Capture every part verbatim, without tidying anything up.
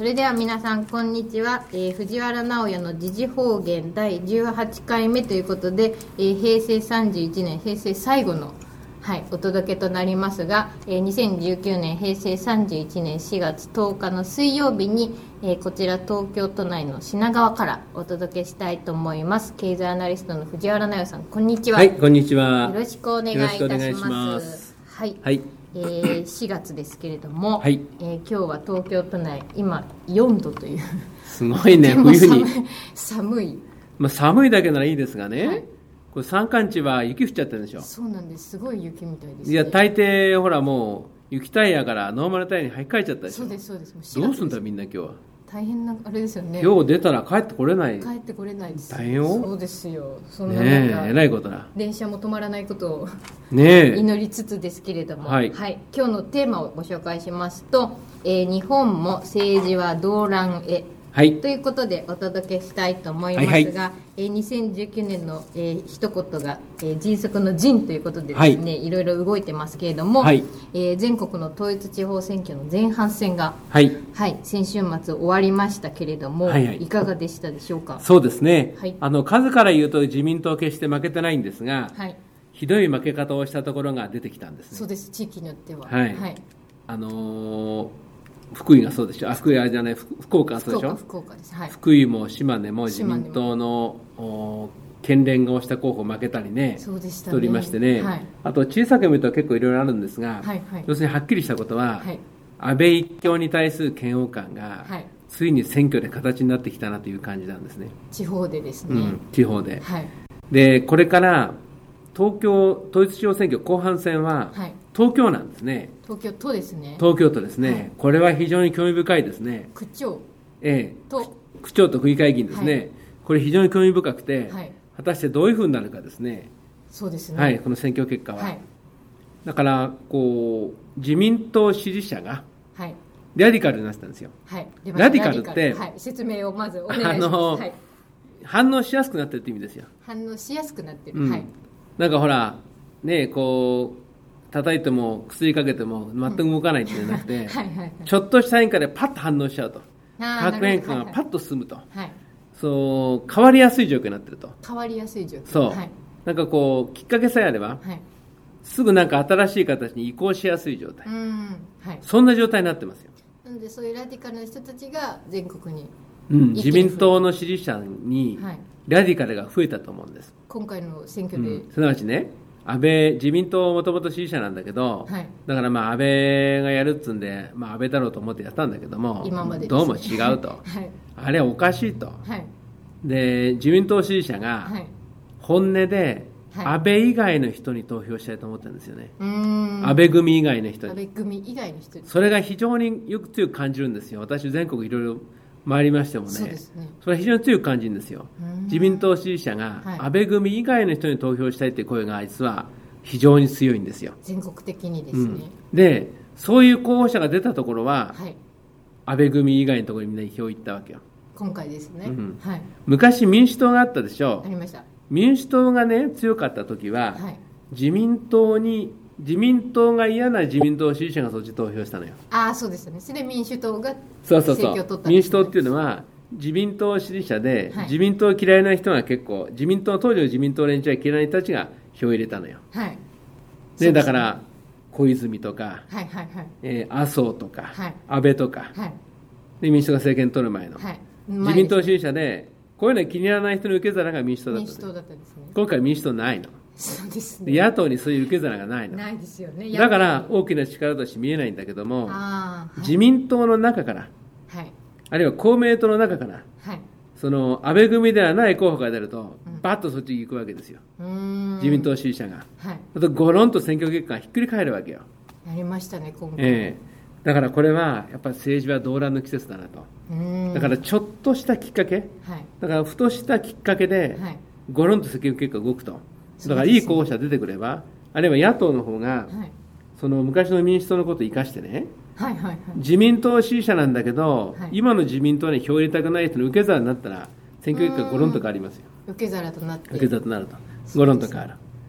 れでは皆さんこんにちは、えー、藤原直也の時事方言だいじゅうはちかいめということで、えー、平成さんじゅういちねん平成最後の、はい、お届けとなりますが、えー、にせんじゅうきゅうねん平成さんじゅういちねんしがつとおかの水曜日に、えー、こちら東京都内の品川からお届けしたいと思います。経済アナリストの藤原直也さん、こんにちは。 はい、こんにちは。 よろしくお願いいたします。 します。 はい、 はい、 えー、しがつですけれども、 はい、 えー、今日は東京都内今よんどというすごいね、冬に寒い、 まあ、寒いだけならいいですがね、 はい、 これ山間地は雪降っちゃってるんでしょ。 そうなんです、すごい雪みたいです、ね、 いや大抵ほらもう雪タイヤからノーマルタイヤに履き替えちゃったでしょ。 そうですそうです。もうどうすんだみんな今日は。 大変なあれですよね。 今日出たら帰ってこれない。 帰ってこれないです。 大変よ。 そうですよ。そんなね中、 え、えらいことだ。 電車も止まらないことをねえ祈りつつですけれども、 はいはい、今日のテーマをご紹介しますと、えー、日本も政治は動乱へ、 はい、 ということでお届けしたいと思いますが、 はいはい、 えー、にせんじゅうきゅうねんの、えー、一言が、えー、迅速の迅ということでですね、はい、いろいろ動いてますけれども、はい、えー、全国の統一地方選挙の前半戦が、はいはい、先週末終わりましたけれども、はいはい、いかがでしたでしょうか。 そうですね、はい、あの数から言うと自民党は決して負けてないんですが、はい、ひどい負け方をしたところが出てきたんですね。 そうです、地域によっては、 はいはい、あのー福井がそうでしょ。あ、福井じゃない、福岡がそうでしょ。 福岡です、はい、 福井も島根も自民党の県連が推した候補負けたりね、 そうでしたね、 しておりましてね、はい、あと小さく見ると結構いろいろあるんですが、はいはい、要するにはっきりしたことは、はい、安倍一強に対する嫌悪感が、はい、ついに選挙で形になってきたなという感じなんですね。 地方でですね、うん、 地方で、はい、でこれから東京統一地方選挙後半戦は、はい、東京なんですね。 東京都ですね。 東京都ですね、はい、これは非常に興味深いですね。 区長、 ええ、 と区長と区議会議員ですね、はい、これ非常に興味深くて、はい、果たしてどういうふうになるかですね。 そうですね、 はい、この選挙結果は、はい、だからこう自民党支持者がラディカルになってたんですよ、はい、ラディカルって、 はい、説明をまずお願いします。あの、はい、 反応しやすくなってるって意味ですよ。 反応しやすくなってる、 うん、 はい、 なんかほらね、こう叩いても薬かけても全く動かないっていうんじゃなくて、はいはいはい、ちょっとした変化でパッと反応しちゃうと、化学変化がパッと進むと、はいはい、そう変わりやすい状況になってると。 変わりやすい状況、 そう、はい、なんかこうきっかけさえあれば、はい、すぐなんか新しい形に移行しやすい状態、うん、はい、そんな状態になってますよ。 なのでそういうラディカルな人たちが全国に、 うん、自民党の支持者にラディカルが増えたと思うんです、 今回の選挙で、うん、 すなわちね、安倍自民党はもともと支持者なんだけど、はい、だからまあ安倍がやるっつんで、まあ、安倍だろうと思ってやったんだけども、 今までですね、 どうも違うと、はい、あれはおかしいと、はい、で自民党支持者が本音で安倍以外の人に投票したいと思ったんですよね、はい、安倍組以外の人に。 安倍組以外の人に、 それが非常によく強く感じるんですよ。私全国いろいろ回りましても ね, そうですね、それは非常に強く感じるんですよ。自民党支持者が安倍組以外の人に投票したいという声が実は非常に強いんですよ、 全国的にですね、うん、 でそういう候補者が出たところは、はい、安倍組以外のところにみんな票いったわけよ、 今回ですね、うんはい、 昔民主党があったでしょ。 ありました。 民主党がね強かった時は、はい、自民党に自民党が嫌な自民党支持者がそっち投票したのよ。 ああ、そうですね。それで民主党がそうそうそう、民主党っていうのは自民党支持者で、はい、自民党嫌いな人が結構、自民党当時の自民党連中は嫌いな人たちが票を入れたのよ、はい、で, でだから小泉とか、はいはいはい、えー、麻生とか、はい、安倍とか、はい、で民主党が政権取る前の、はい、自民党支持者でこういうの気に入らない人の受け皿が民主党だったんです。民主党だったんですね。今回民主党ないの。 そうですね、 野党にそういう受け皿がないの。 ないですよね。 だから大きな力として見えないんだけども、はい、自民党の中から、はい、あるいは公明党の中から、はい、その安倍組ではない候補が出ると、うん、バッとそっちに行くわけですよ、うーん、自民党支持者が、はい、あとゴロンと選挙結果がひっくり返るわけよ。 やりましたね今回、 えー、だからこれはやっぱり政治は動乱の季節だなと。うーん、だからちょっとしたきっかけ、はい、だからふとしたきっかけで、はい、ゴロンと選挙結果が動くと。だからいい候補者出てくれば、あるいは野党の方が、はい、その昔の民主党のことを生かしてね、はいはいはい、自民党支持者なんだけど、はい、今の自民党に票を入れたくない人の受け皿になったら選挙結果がゴロンと変わりますよ。 受け皿となって受け皿となるとゴロンと変わる。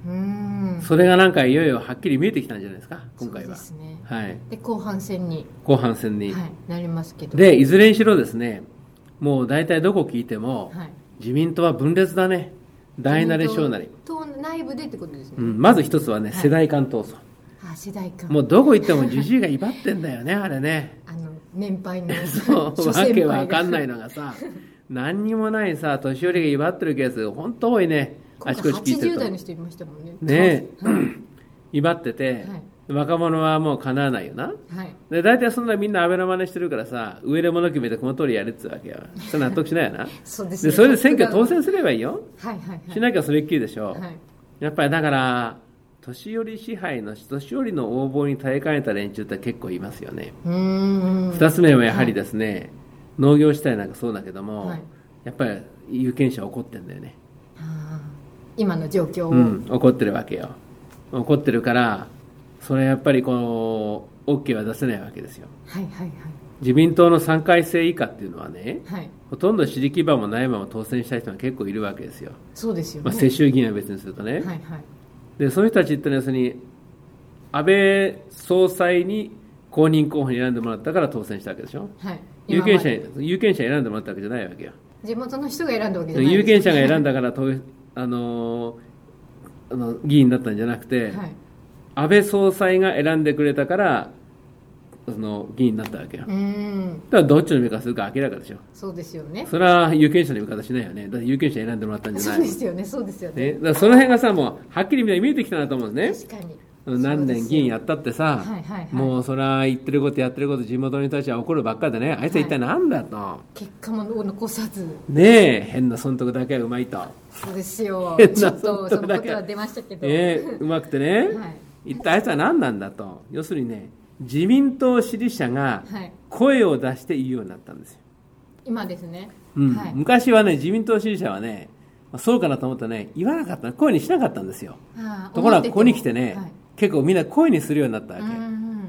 うーん、 それがなんかいよいよはっきり見えてきたんじゃないですか、今回は。 そうですね。 はい、 で後半戦に後半戦に、 はい、なりますけど、 でいずれにしろですね、もう大体どこ聞いても、 はい、 自民党は分裂だね、大なり小なり。 党内部でってことですね。 うん、まず一つはね、はい、世代間闘争。 あ、世代間。 もうどこ行ってもじじいが威張ってんだよね、あれね。 あの年配のそうわけわかんないのがさ、何にもないさ、年寄りが威張ってるケース本当多いね。あちこち聞いてると。はちじゅう代の人いましたもんね。 ねえ、はい、威張ってて、はい、若者はもうかなわないよな。はい、で大体そんなみんな安倍の真似してるからさ、上で物決めてこの通りやれってわけよ。それ納得しないよな。 そうですね。 でそれで選挙当選すればいいよ。 はいはいはい、 しなきゃそれっきりでしょ。はい、やっぱりだから年寄り支配の年寄りの横暴に耐えかねた連中って結構いますよね。うーん、二つ目はやはりですね、はい、農業主体なんかそうだけども、はい、やっぱり有権者怒ってんだよね。 今の状況を、 うん、怒ってるわけよ。怒ってるからそれはやっぱりこう OK は出せないわけですよ。はいはいはい、自民党のさんかい生以下っていうのはね、はい、ほとんど支持基盤もないまま当選した人が結構いるわけですよ。 そうですよね。 まあ、世襲議員は別にするとね、はいはい、でそういう人たちってのは要するに安倍総裁に公認候補に選んでもらったから当選したわけでしょ。はい、有権者有権者に選んでもらったわけじゃないわけよ。 地元の人が選んだわけじゃないです。 有権者が選んだから投あのあの議員だったんじゃなくて、はい、安倍総裁が選んでくれたからその議員になったわけよ。うん、だからどっちの味方するか明らかでしょ。 そうですよね。 それは有権者の味方しないよね。だって有権者選んでもらったんじゃない。 そうですよね、そうですよね。 ね、だからその辺がさ、もうはっきり見えてきたなと思うんですね。 確かに。 何年議員やったってさ、はいはいはい、もうそれは言ってることやってること地元に対しては怒るばっかりでね、あいつは一体何だと、はい、 結果も残さずねえ、変な損得だけはうまいと。 そうですよ。ちょっとそのことは出ましたけど、 ね、うまくてね、はい、一体あいつは何なんだと。要するにね、自民党支持者が声を出して言うようになったんですよ。 今ですね、 うんはい、昔はね、自民党支持者はね、そうかなと思ったらね、言わなかった、声にしなかったんですよ。ところがここに来てね、はい、結構みんな声にするようになったわけ。うんうん、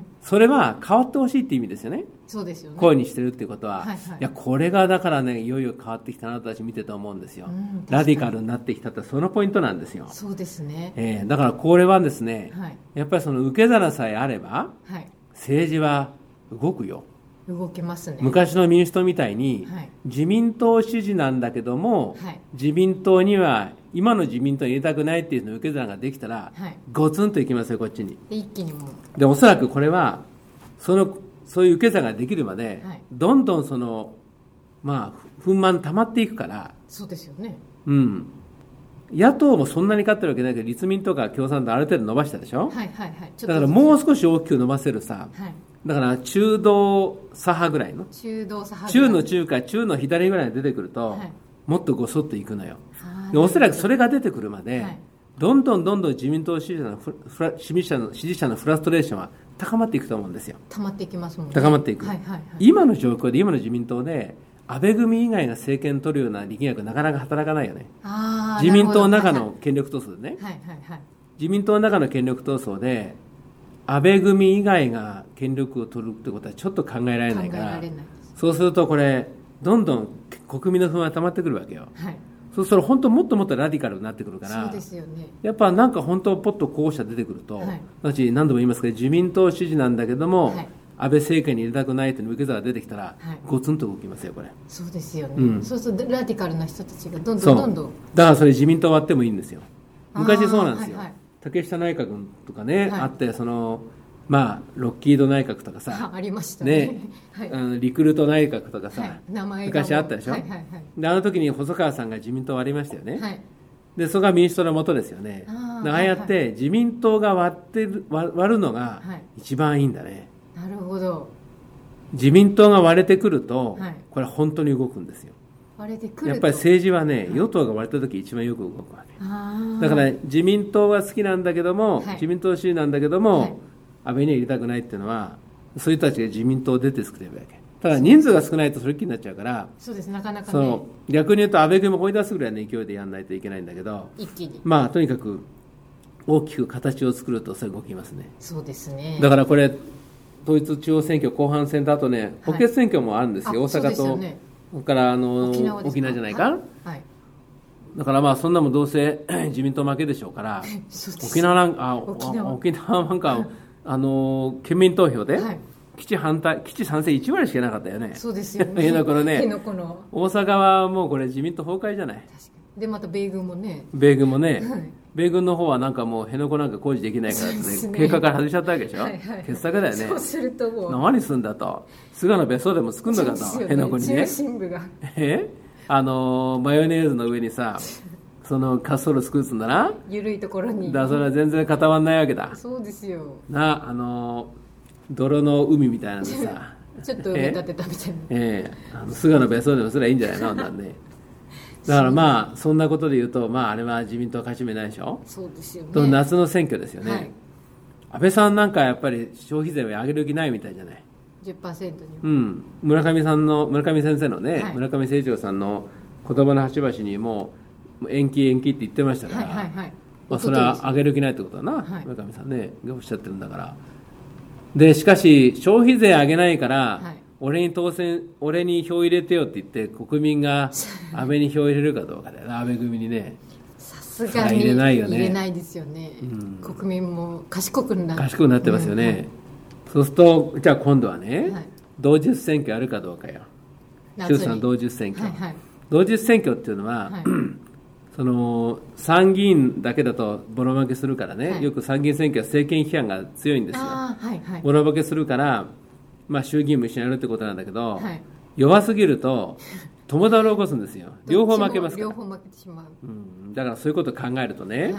それは変わってほしいって意味ですよね。 そうですよね。 声にしてるっていうことは、はいはい、いやこれがだからね、いよいよ変わってきたなと私見てて思うんですよ。うん、ラディカルになってきたってそのポイントなんですよ。 そうですね。 えー、だからこれはですね、はい、やっぱりその受け皿さえあれば、はい、政治は動くよ。 動けますね。 昔の民主党みたいに、はい、自民党支持なんだけども、はい、自民党には今の自民党に入れたくないっていうの受け皿ができたら、はい、ゴツンといきますよ、こっちに。 で一気にもうでおそらくこれはそのそういう受け皿ができるまで、はい、どんどんそのまあ不満溜まっていくから。 そうですよね。 うん。野党もそんなに勝ってるわけないけど、立民とか共産党ある程度伸ばしたでしょ。はいはいはい。だからもう少し大きく伸ばせるさ。はい。だから中道左派ぐらいの中道左派中の中か中の左ぐらいが出てくると、はい、もっとごそっといくのよ。でおそらくそれが出てくるまで、はい、どんどんどんどん自民党支持者のフラ支持者の支持者のフラストレーションは高まっていくと思うんですよ。 高まっていきますもんね。 高まっていく、はいはいはい、今の状況で今の自民党で安倍組以外が政権取るような力学なかなか働かないよね。あ自民党の中の権力闘争でね、はいはいはい、自民党の中の権力闘争で安倍組以外が権力を取るってことはちょっと考えられないから、そうするとこれどんどん国民の不満が溜まってくるわけよ、はい、そうすると本当もっともっとラディカルになってくるから、 そうですよね、 やっぱなんか本当ポッと候補者出てくると、はい、私何度も言いますけど自民党支持なんだけども、はい、安倍政権に入れたくないという受け皿が出てきたら、はい、ゴツンと動きますよこれ。 そうですよね、うん、そうするとラディカルな人たちがどんどんどんどん、 だからそれ自民党割ってもいいんですよ。昔そうなんですよ、はいはい、竹下内閣とかね、はい、あってそのまあ、ロッキード内閣とかさあ, ありました ね, ね、はい、あのリクルート内閣とかさ、はい、名前が昔あったでしょ、はいはいはい、であの時に細川さんが自民党割りましたよね、はい、でそこが民主党の元ですよね。 あ, ああやって自民党が割ってる割るのが一番いいんだね、 はい、なるほど。 自民党が割れてくると、はい、これは本当に動くんですよ。 割れてくるとやっぱり政治はね、はい、与党が割れた時一番よく動くわけ。あだから、ね、自民党は好きなんだけども、はい、自民党支持なんだけども、はい、安倍には入れたくないっていうのはそういう人たちが自民党を出て作ればいいわけ。ただ人数が少ないとそれっきりになっちゃうから、 そうですなかなか、ね、 その逆に言うと安倍君も追い出すぐらいの勢いでやらないといけないんだけど、 一気にまあとにかく大きく形を作るとそれ動きますね。 そうですね。だからこれ統一地方選挙後半戦だとね、補欠選挙もあるんですよ、はい、大阪と、ね、それからあの 沖, 縄沖縄じゃないか、はいはい、 だからまあそんなもどうせ自民党負けでしょうから沖縄なんあ沖縄沖縄なんかあの県民投票で、はい、基地反対基地賛成いち割しかなかったよね。 そうですよね。 辺野古ね、 辺野古の大阪はもうこれ自民党崩壊じゃない。 確かに。でまた米軍もね米軍もね、はい、米軍の方はなんかもう辺野古なんか工事できないからって、ね、計画から外しちゃったわけでしょ。はいはい、傑作だよね。 そうするともう何するんだと、菅の別荘でも作るのかと、辺野古にね。 中心部がえあのマヨネーズの上にさその滑走路作るんだな、 緩いところに。 だからそれは全然固まんないわけだ。 そうですよな、あの泥の海みたいなのでさちょっと埋め立てたみたいな、 ええあの菅の別荘でもすればいいんじゃないのなんでだからまあそんなことで言うと、まあ、あれは自民党勝ち目ないでしょ。 そうですよね。 と夏の選挙ですよね、はい、安倍さんなんかやっぱり消費税を上げる気ないみたいじゃない。 じゅっパーセント に、 うん、村上さんの村上先生のね、はい、村上清張さんの言葉の端々にもう延期延期って言ってましたから、はいはいはい、まあ、それは上げる気ないってことだな、はい、村上さんねがおっしゃってるんだから。でしかし消費税上げないから、はい、俺に当選俺に票入れてよって言って国民が安倍に票入れるかどうかだよな安倍組にね。 さすがに入れないよね。入れないですよね、うん、国民も賢くなって賢くなってますよね、うんはい、そうするとじゃあ今度はね、はい、同日選挙あるかどうかよ。衆参同日選挙、はいはい、同日選挙っていうのは、はい、その参議院だけだとボロ負けするからね、はい、よく参議院選挙は政権批判が強いんですよ、はいはい、ボロ負けするから、まあ、衆議院も一緒にやるってことなんだけど、はい、弱すぎると共倒れを起こすんですよ両方負けますから。 両方負けてしまう、 うん、だからそういうことを考えるとね、はい、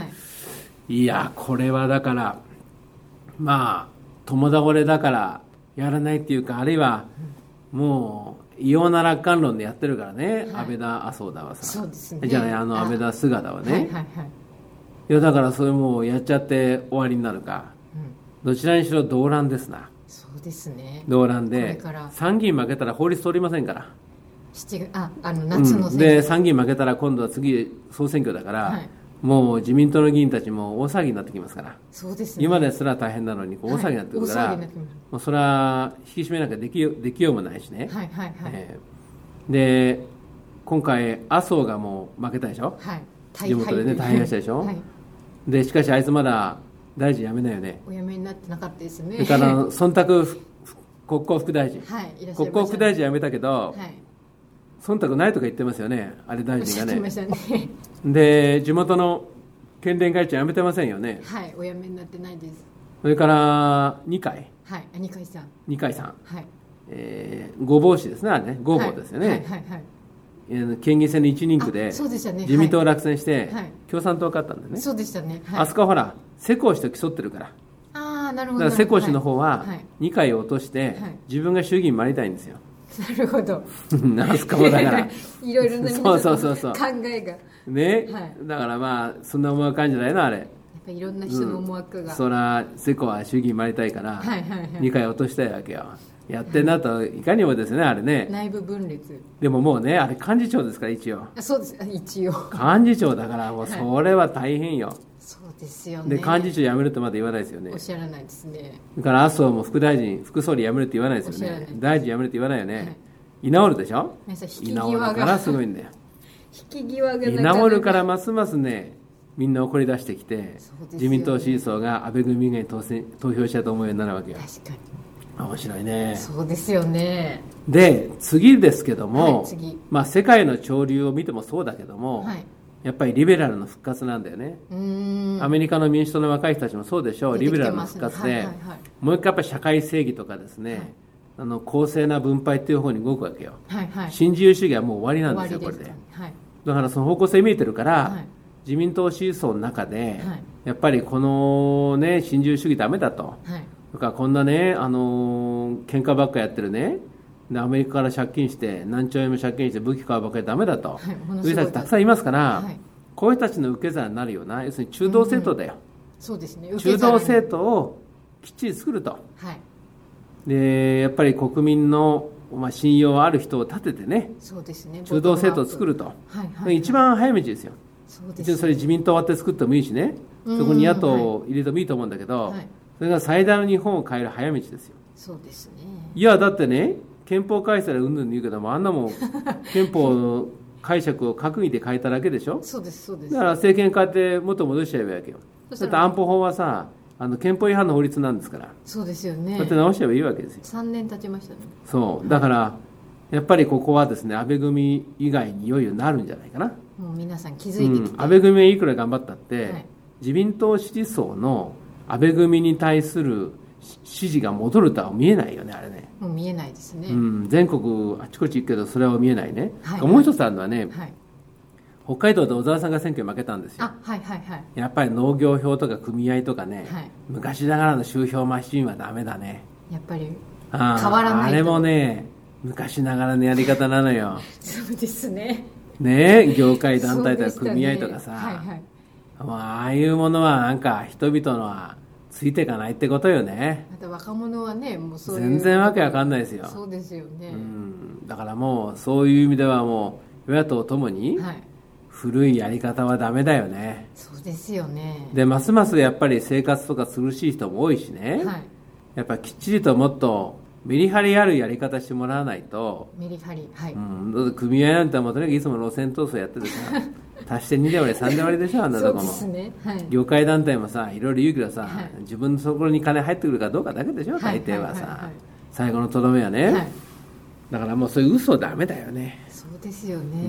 いやこれはだからまあ共倒れだからやらないっていうか、あるいはもう異様な楽観論でやってるからね、はい、安倍だ麻生だはさ、 そうですね、 じゃないあの安倍だ菅だはね、 はいはいはい、 いやだからそれもうやっちゃって終わりになるか、うん、どちらにしろ動乱ですな。 そうですね、 動乱で参議院負けたら法律通りませんから。 しちがつああの夏の選挙、 うん、で参議院負けたら今度は次総選挙だから、はい、もう自民党の議員たちも大騒ぎになってきますから。 そうですね、 今ですら大変なのに大騒ぎになってくるから、はい、もうそれは引き締めなきゃできよできようもないしね、はいはいはいえー、で今回麻生がもう負けたでしょ、はい、地元でね大変したでしょ、はい、でしかしあいつまだ大臣辞めないよね。 お辞めになってなかったですね。 それから忖度国交副大臣、はい、いらっしゃいました。国交副大臣辞めたけど、はい、忖度ないとか言ってますよね、あれ大臣がね。おっしゃってましたね。で地元の県連会長辞めてませんよね。 はい、お辞めになってないです。 それから二階、 はい、二階さん、 二階さん、 はい、 えー、ごぼう氏ですね、あれね、ごぼうですよね、はいはいはいはい、県議選の一人区で自民党を落選して、はい、共産党勝ったんだよね。 そうでしたね、はい、 あそこはほら世耕氏と競ってるから、 あなるほど、 だから世耕氏の方は二階を落として、はい、自分が衆議院に回りたいんですよ。 なるほどあそこもだからいろいろなそうそうそうそう考えがね、 はい、 だからまあそんな思惑感じないのあれ。 やっぱいろんな人の思惑が、 うん、そら世耕は衆議院回りたいから、はいはいはい、にかい落としたいわけよ。やってんだと、はい、いかにもですねあれね、 内部分裂でももうねあれ幹事長ですから一応。 あそうです一応幹事長だからもうそれは大変よ、はい、 そうですよね。 で幹事長辞めるとまだ言わないですよね。 おっしゃらないですね。 だから麻生も副大臣副総理辞めるって言わないですよね。大臣辞めるって言わないよね、はい、居直るでしょ。居直るからすごいんだよ引き際がなかなか居直るからますますねみんな怒り出してきて、ね、自民党支持層が安倍組以外に当選投票したと思うようになるわけよ。 確かに面白いね。 そうですよね。 で次ですけども、 はい、次まあ、世界の潮流を見てもそうだけども、はい、やっぱりリベラルの復活なんだよね。うーんアメリカの民主党の若い人たちもそうでしょう、リベラルの復活で、はいはいはい、もう一回やっぱり社会正義とかですね、はい、あの公正な分配っていう方に動くわけよ、はいはい、新自由主義はもう終わりなんですよこれで、はい、だからその方向性見えてるから、はい、自民党支持層の中で、はい、やっぱりこの、ね、新自由主義ダメだと、はい、だからこんなね、あのー、喧嘩ばっかやってるね、でアメリカから借金して何兆円も借金して武器買うばっかりダメだと、はい、そういう人たちたくさんいますから、はい、こういう人たちの受け皿になるような、要するに中道政党だよ、 うん、そうですね、 中道政党をきっちり作ると、はい、でやっぱり国民の、まあ、信用ある人を立ててね、 そうですね、 中道政党を作ると、はいはいはい、一番早道ですよ。そうですね、それ自民党割って作ってもいいしね、そこに野党を入れてもいいと思うんだけど、はい、それが最大の日本を変える早道ですよ。 そうですね。 いやだってね、憲法改正でうんぬん言うけども、あんなもん憲法解釈を閣議で変えただけでしょ。 そうですそうです。 だから政権変えて元戻しちゃえばいいわけよ。だって安保法はさ、あの憲法違反の法律なんですから。 そうですよね。 だって直しちゃえばいいわけですよ。 さんねん経ちましたね。 そうだから、はい、やっぱりここはですね、安倍組以外にいよいよなるんじゃないかな。 もう皆さん気づいてきて、 うん、安倍組はいくら頑張ったって、 はい、 自民党支持層の安倍組に対する支持が戻るとは見えないよね、あれね。 もう見えないですね。 うん、全国あちこち行くけどそれは見えないね。 はい、 もう一つあるのはね、 はい、 北海道で小沢さんが選挙に負けたんですよ。 あ、はいはいはい。 やっぱり農業票とか組合とかね、 はい、 昔ながらの集票マシンはダメだね。 やっぱり変わらないと。 あれもね、昔ながらのやり方なのよ。 そうですね。 ね、業界団体とか組合とかさ、 ね、はいはい、 まあ、ああいうものはなんか人々のはついていかないってことよね。 また若者はね、もうそういう全然わけわかんないですよ。 そうですよね。 うん、だからもうそういう意味ではもう与野党ともに、はい、古いやり方はダメだよね。 そうですよね。 でますますやっぱり生活とか苦しい人も多いしね、はい、やっぱりきっちりともっとメリハリあるやり方してもらわないと。 メリハリ、はい、 うん、組合なんてもうとにかくいつも路線闘争やっててさ足してにで割りさんで割りでしょ、あんなとこも。 そうですね、はい、 業界団体もさいろいろ言うけどさ、はい、自分のところに金入ってくるかどうかだけでしょ、大抵はさ、はいはいはいはい、最後のとどめはね、はい、だからもうそういう嘘ダメだよね。 そうですよね、うん、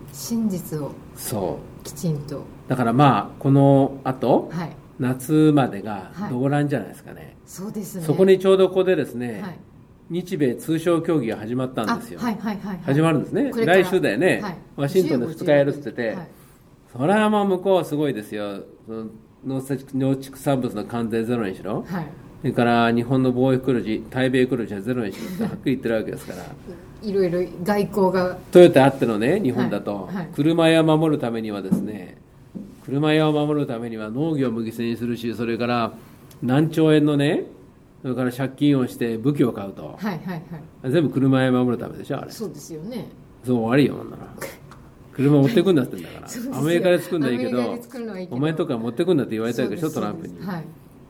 真実をそうきちんと。 だからまあこのあと、 はい、 夏までが動乱じゃないですかね、はい、 そうですね。 そこにちょうどここでですね、はい、日米通商協議が始まったんですよ。 はいはいはいはい、 始まるんですね。来週だよね、はい、ワシントンでふつかやるって言ってて、はい、それはもう向こうはすごいですよ。農畜産物の関税ゼロにしろ、はい、それから日本の貿易黒字、対米黒字はゼロにしろってはっきり言ってるわけですからいろいろ外交がトヨタあってのね、日本だと、 はいはい、 車屋を守るためにはですね、車屋を守るためには農業も犠牲にするし、それから何兆円のね、それから借金をして武器を買うと、 はいはいはい、 全部車屋を守るためでしょ、あれ。 そうですよね。 そう終わりよ、なんなら車持ってくんだってんだからアメリカで作るのはいいけど、お前とか持ってくんだって言われたわけでしょ、トランプに、はい、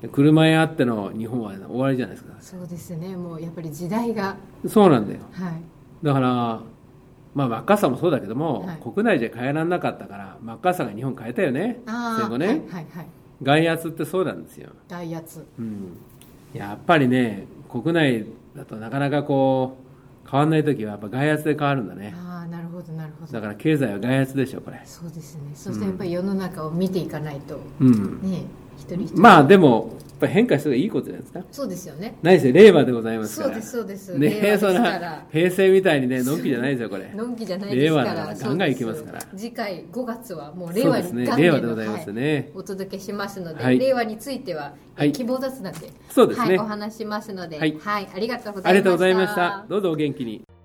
車屋あっての日本は終わりじゃないですか。 そうですね、もうやっぱり時代がそうなんだよ、 はい、 だから、まあ、マッカーサーもそうだけども、はい、国内じゃ変えられなかったからマッカーサーが日本変えたよね、戦後ね、はいはいはい、外圧ってそうなんですよ。 外圧、 うん、やっぱりね、国内だとなかなかこう変わんないときはやっぱ外圧で変わるんだね。 ああ、なるほどなるほど。 だから経済は外圧でしょ、これ。 そうですね。そしてやっぱり世の中を見ていかないと、うん、ね、一人一人。 まあでもやっぱ変化した方がいいことじゃないですか。 そうですよね。 何せ令和でございますから。 そうですそうです。 ね、そんな平成みたいにね、のんきじゃないですよ、これ。 のんきじゃないですから。 令和だからガンガンいきますから。 次回ごがつはもう令和にそうですね、令和でございますね、はい、 お届けしますので、はい、令和については、はい、希望雑談で、 そうですね、 はい、お話しますので、 はい、 はい、ありがとうございました。 ありがとうございました。どうぞお元気に。